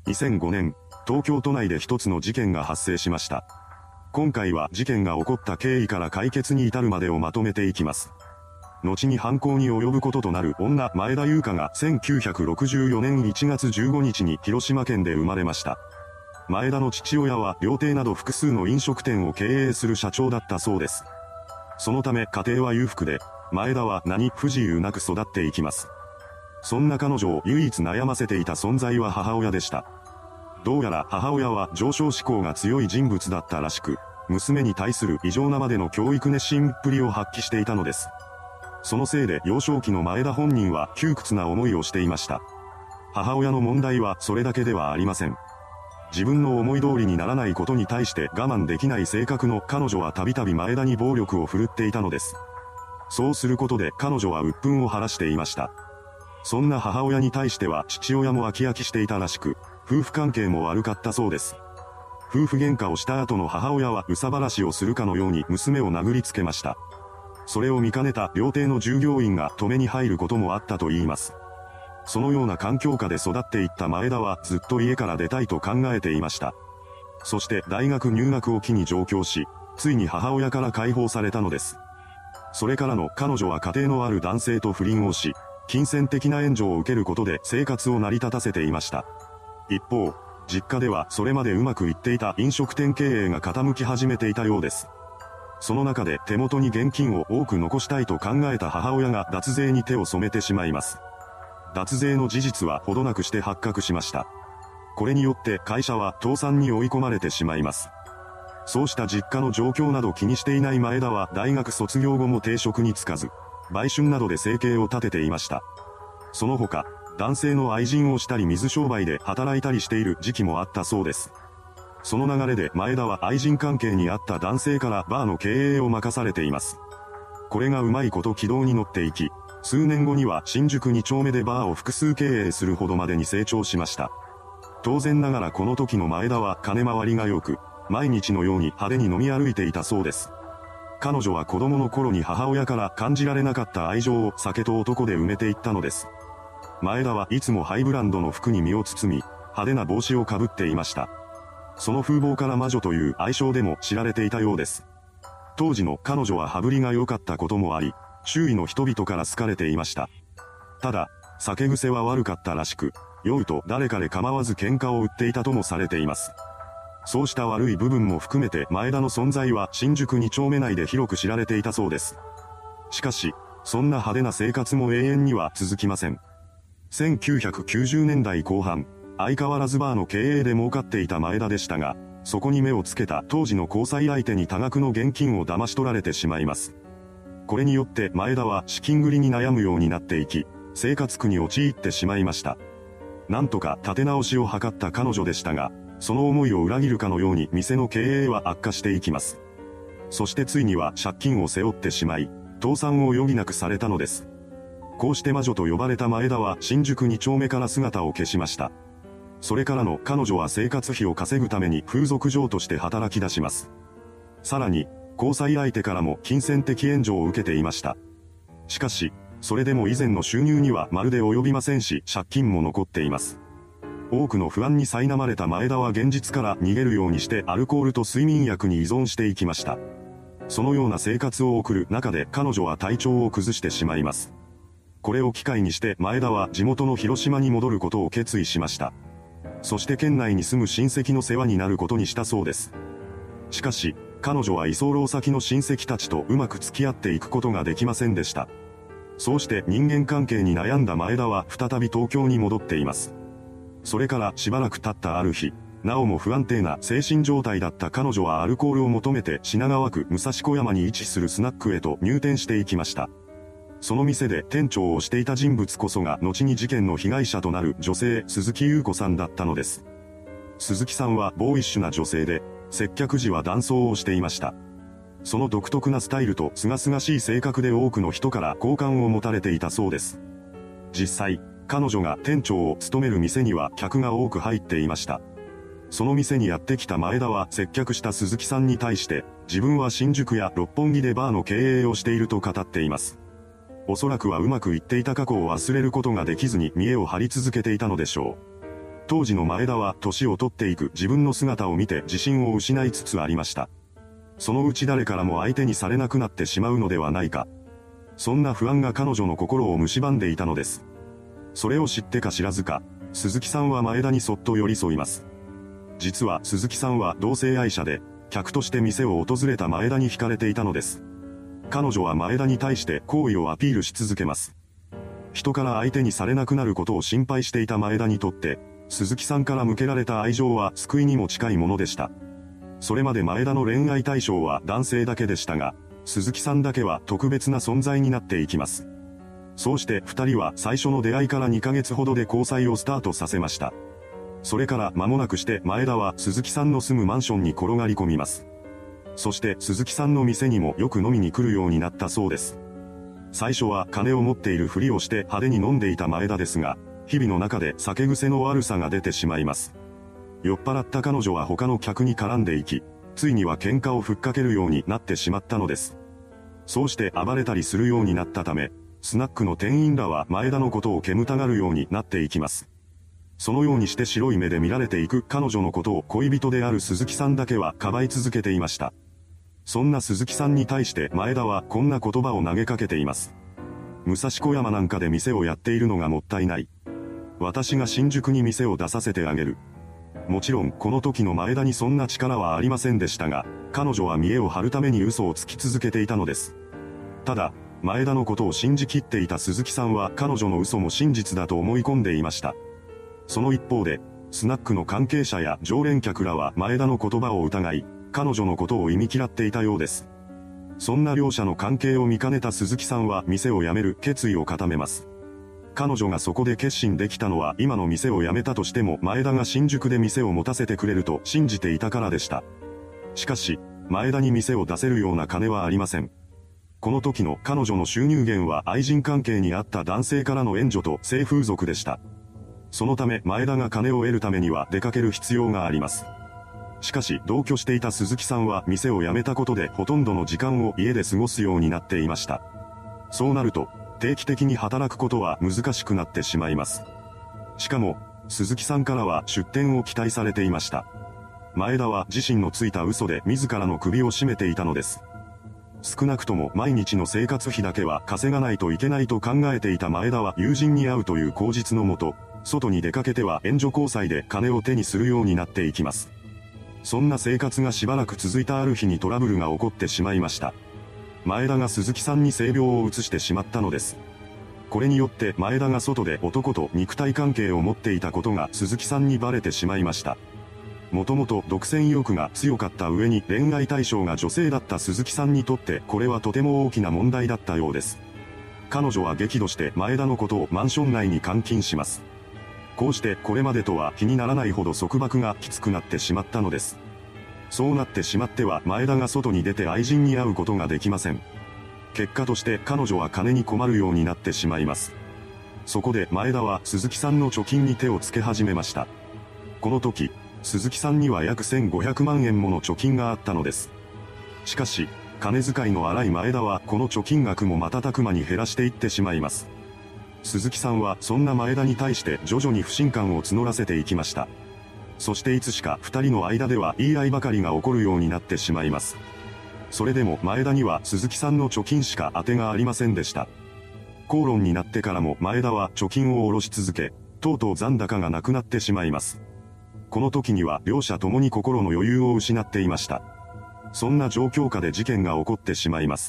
2005年、東京都内で一つの事件が発生しました。今回は事件が起こった経緯から解決に至るまでをまとめていきます。後に犯行に及ぶこととなる女前田優香が1964年1月15日に広島県で生まれました。前田の父親は料亭など複数の飲食店を経営する社長だったそうです。そのため家庭は裕福で、前田は何不自由なく育っていきます。そんな彼女を唯一悩ませていた存在は母親でした。どうやら母親は上昇志向が強い人物だったらしく、娘に対する異常なまでの教育熱心っぷりを発揮していたのです。そのせいで幼少期の前田本人は窮屈な思いをしていました。母親の問題はそれだけではありません。自分の思い通りにならないことに対して我慢できない性格の彼女はたびたび前田に暴力を振るっていたのです。そうすることで彼女は鬱憤を晴らしていました。そんな母親に対しては父親も飽き飽きしていたらしく、夫婦関係も悪かったそうです。夫婦喧嘩をした後の母親は憂さ晴らしをするかのように娘を殴りつけました。それを見かねた料亭の従業員が止めに入ることもあったといいます。そのような環境下で育っていった前田はずっと家から出たいと考えていました。そして大学入学を機に上京し、ついに母親から解放されたのです。それからの彼女は家庭のある男性と不倫をし、金銭的な援助を受けることで生活を成り立たせていました。一方、実家ではそれまでうまくいっていた飲食店経営が傾き始めていたようです。その中で手元に現金を多く残したいと考えた母親が脱税に手を染めてしまいます。脱税の事実はほどなくして発覚しました。これによって会社は倒産に追い込まれてしまいます。そうした実家の状況など気にしていない前田は大学卒業後も定職に就かず、売春などで生計を立てていました。その他、男性の愛人をしたり水商売で働いたりしている時期もあったそうです。その流れで前田は愛人関係にあった男性からバーの経営を任されています。これがうまいこと軌道に乗っていき、数年後には新宿2丁目でバーを複数経営するほどまでに成長しました。当然ながらこの時の前田は金回りが良く、毎日のように派手に飲み歩いていたそうです。彼女は子供の頃に母親から感じられなかった愛情を酒と男で埋めていったのです。前田はいつもハイブランドの服に身を包み、派手な帽子をかぶっていました。その風貌から魔女という愛称でも知られていたようです。当時の彼女は羽振りが良かったこともあり、周囲の人々から好かれていました。ただ、酒癖は悪かったらしく、酔うと誰かで構わず喧嘩を売っていたともされています。そうした悪い部分も含めて前田の存在は新宿2丁目内で広く知られていたそうです。しかし、そんな派手な生活も永遠には続きません。1990年代後半、相変わらずバーの経営で儲かっていた前田でしたが、そこに目をつけた当時の交際相手に多額の現金を騙し取られてしまいます。これによって前田は資金繰りに悩むようになっていき、生活苦に陥ってしまいました。なんとか立て直しを図った彼女でしたが、その思いを裏切るかのように店の経営は悪化していきます。そしてついには借金を背負ってしまい、倒産を余儀なくされたのです。こうして魔女と呼ばれた前田は新宿2丁目から姿を消しました。それからの彼女は生活費を稼ぐために風俗嬢として働き出します。さらに、交際相手からも金銭的援助を受けていました。しかし、それでも以前の収入にはまるで及びませんし、借金も残っています。多くの不安に苛まれた前田は現実から逃げるようにしてアルコールと睡眠薬に依存していきました。そのような生活を送る中で彼女は体調を崩してしまいます。これを機会にして前田は地元の広島に戻ることを決意しました。そして県内に住む親戚の世話になることにしたそうです。しかし、彼女は居候先の親戚たちとうまく付き合っていくことができませんでした。そうして人間関係に悩んだ前田は再び東京に戻っています。それからしばらく経ったある日、なおも不安定な精神状態だった彼女はアルコールを求めて品川区武蔵小山に位置するスナックへと入店していきました。その店で店長をしていた人物こそが後に事件の被害者となる女性鈴木優子さんだったのです。鈴木さんはボーイッシュな女性で、接客時は男装をしていました。その独特なスタイルと清々しい性格で多くの人から好感を持たれていたそうです。実際、彼女が店長を務める店には客が多く入っていました。その店にやってきた前田は接客した鈴木さんに対して、自分は新宿や六本木でバーの経営をしていると語っています。おそらくはうまくいっていた過去を忘れることができずに見栄を張り続けていたのでしょう。 当時の前田は年を取っていく自分の姿を見て自信を失いつつありました。そのうち誰からも相手にされなくなってしまうのではないか。そんな不安が彼女の心を蝕んでいたのです。それを知ってか知らずか、鈴木さんは前田にそっと寄り添います。実は鈴木さんは同性愛者で、客として店を訪れた前田に惹かれていたのです。彼女は前田に対して好意をアピールし続けます。人から相手にされなくなることを心配していた前田にとって、鈴木さんから向けられた愛情は救いにも近いものでした。それまで前田の恋愛対象は男性だけでしたが、鈴木さんだけは特別な存在になっていきます。そうして二人は最初の出会いから2ヶ月ほどで交際をスタートさせました。それから間もなくして前田は鈴木さんの住むマンションに転がり込みます。そして鈴木さんの店にもよく飲みに来るようになったそうです。最初は金を持っているふりをして派手に飲んでいた前田ですが、日々の中で酒癖の悪さが出てしまいます。酔っ払った彼女は他の客に絡んでいき、ついには喧嘩をふっかけるようになってしまったのです。そうして暴れたりするようになったため、スナックの店員らは前田のことを煙たがるようになっていきます。そのようにして白い目で見られていく彼女のことを恋人である鈴木さんだけはかばい続けていました。そんな鈴木さんに対して前田はこんな言葉を投げかけています。武蔵小山なんかで店をやっているのがもったいない。私が新宿に店を出させてあげる。もちろんこの時の前田にそんな力はありませんでしたが、彼女は見栄を張るために嘘をつき続けていたのです。ただ、前田のことを信じきっていた鈴木さんは彼女の嘘も真実だと思い込んでいました。その一方で、スナックの関係者や常連客らは前田の言葉を疑い、彼女のことを忌み嫌っていたようです。そんな両者の関係を見かねた鈴木さんは店を辞める決意を固めます。彼女がそこで決心できたのは今の店を辞めたとしても前田が新宿で店を持たせてくれると信じていたからでした。しかし、前田に店を出せるような金はありません。この時の彼女の収入源は愛人関係にあった男性からの援助と性風俗でした。そのため前田が金を得るためには出かける必要があります。しかし同居していた鈴木さんは店を辞めたことでほとんどの時間を家で過ごすようになっていました。そうなると、定期的に働くことは難しくなってしまいます。しかも、鈴木さんからは出店を期待されていました。前田は自身のついた嘘で自らの首を絞めていたのです。少なくとも毎日の生活費だけは稼がないといけないと考えていた前田は友人に会うという口実のもと、外に出かけては援助交際で金を手にするようになっていきます。そんな生活がしばらく続いたある日にトラブルが起こってしまいました。前田が鈴木さんに性病を移してしまったのです。これによって前田が外で男と肉体関係を持っていたことが鈴木さんにバレてしまいました。もともと独占意欲が強かった上に恋愛対象が女性だった鈴木さんにとってこれはとても大きな問題だったようです。彼女は激怒して前田のことをマンション内に監禁します。こうしてこれまでとは気にならないほど束縛がきつくなってしまったのです。そうなってしまっては前田が外に出て愛人に会うことができません。結果として彼女は金に困るようになってしまいます。そこで前田は鈴木さんの貯金に手をつけ始めました。この時、鈴木さんには約1500万円もの貯金があったのです。しかし、金遣いの荒い前田はこの貯金額も瞬く間に減らしていってしまいます。鈴木さんはそんな前田に対して徐々に不信感を募らせていきました。そしていつしか二人の間では言い合いばかりが起こるようになってしまいます。それでも前田には鈴木さんの貯金しか当てがありませんでした。口論になってからも前田は貯金を下ろし続け、とうとう残高がなくなってしまいます。この時には両者ともに心の余裕を失っていました。そんな状況下で事件が起こってしまいます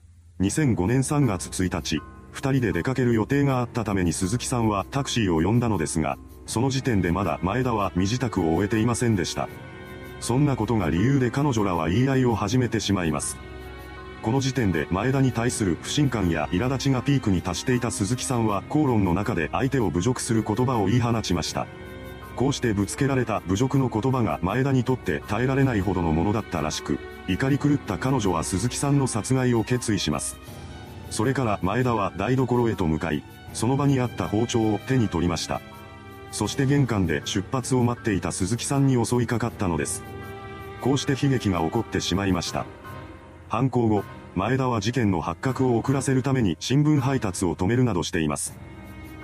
。2005年3月1日、二人で出かける予定があったために鈴木さんはタクシーを呼んだのですが、その時点でまだ前田は身支度を終えていませんでした。そんなことが理由で彼女らは言い合いを始めてしまいます。この時点で前田に対する不信感や苛立ちがピークに達していた鈴木さんは口論の中で相手を侮辱する言葉を言い放ちました。こうしてぶつけられた侮辱の言葉が前田にとって耐えられないほどのものだったらしく、怒り狂った彼女は鈴木さんの殺害を決意します。それから前田は台所へと向かい、その場にあった包丁を手に取りました。そして玄関で出発を待っていた鈴木さんに襲いかかったのです。こうして悲劇が起こってしまいました。犯行後、前田は事件の発覚を遅らせるために新聞配達を止めるなどしています。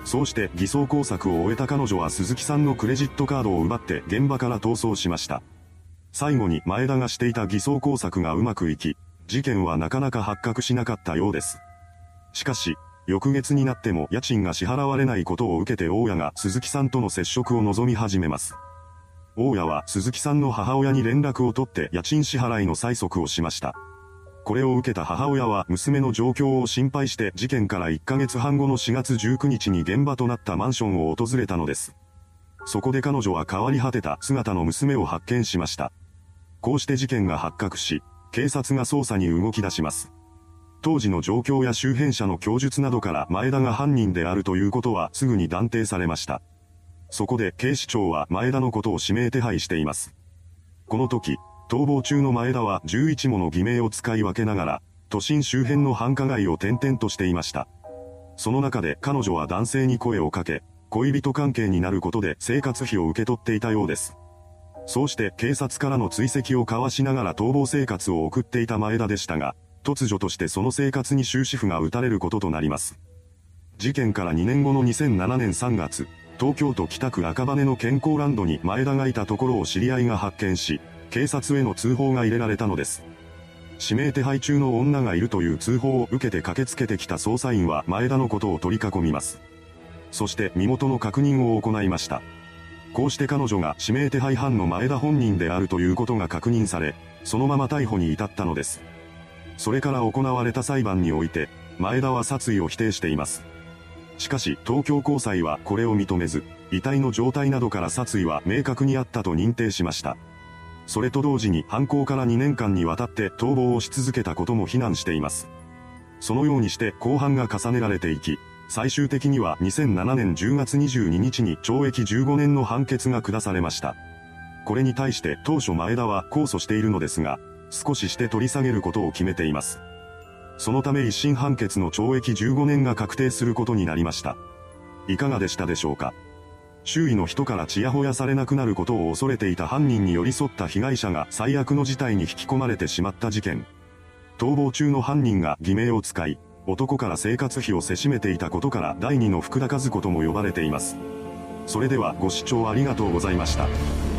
そうして偽装工作を終えた彼女は鈴木さんのクレジットカードを奪って現場から逃走しました。最後に前田がしていた偽装工作がうまくいき、事件はなかなか発覚しなかったようです。しかし、翌月になっても家賃が支払われないことを受けて大家が鈴木さんとの接触を望み始めます。大家は鈴木さんの母親に連絡を取って家賃支払いの催促をしました。これを受けた母親は娘の状況を心配して事件から1ヶ月半後の4月19日に現場となったマンションを訪れたのです。そこで彼女は変わり果てた姿の娘を発見しました。こうして事件が発覚し、警察が捜査に動き出します。当時の状況や周辺者の供述などから前田が犯人であるということはすぐに断定されました。そこで警視庁は前田のことを指名手配しています。この時、逃亡中の前田は11もの偽名を使い分けながら、都心周辺の繁華街を転々としていました。その中で彼女は男性に声をかけ、恋人関係になることで生活費を受け取っていたようです。そうして警察からの追跡を交わしながら逃亡生活を送っていた前田でしたが、突如としてその生活に終止符が打たれることとなります。事件から2年後の2007年3月、東京都北区赤羽の健康ランドに前田がいたところを知り合いが発見し、警察への通報が入れられたのです。指名手配中の女がいるという通報を受けて駆けつけてきた捜査員は前田のことを取り囲みます。そして身元の確認を行いました。こうして彼女が指名手配犯の前田本人であるということが確認され、そのまま逮捕に至ったのです。それから行われた裁判において、前田は殺意を否定しています。しかし東京高裁はこれを認めず、遺体の状態などから殺意は明確にあったと認定しました。それと同時に犯行から2年間にわたって逃亡をし続けたことも非難しています。そのようにして公判が重ねられていき、最終的には2007年10月22日に懲役15年の判決が下されました。これに対して当初前田は控訴しているのですが、少しして取り下げることを決めています。そのため一審判決の懲役15年が確定することになりました。いかがでしたでしょうか。周囲の人からちやほやされなくなることを恐れていた犯人に寄り添った被害者が最悪の事態に引き込まれてしまった事件。逃亡中の犯人が偽名を使い、男から生活費をせしめていたことから第二の福田和子とも呼ばれています。それではご視聴ありがとうございました。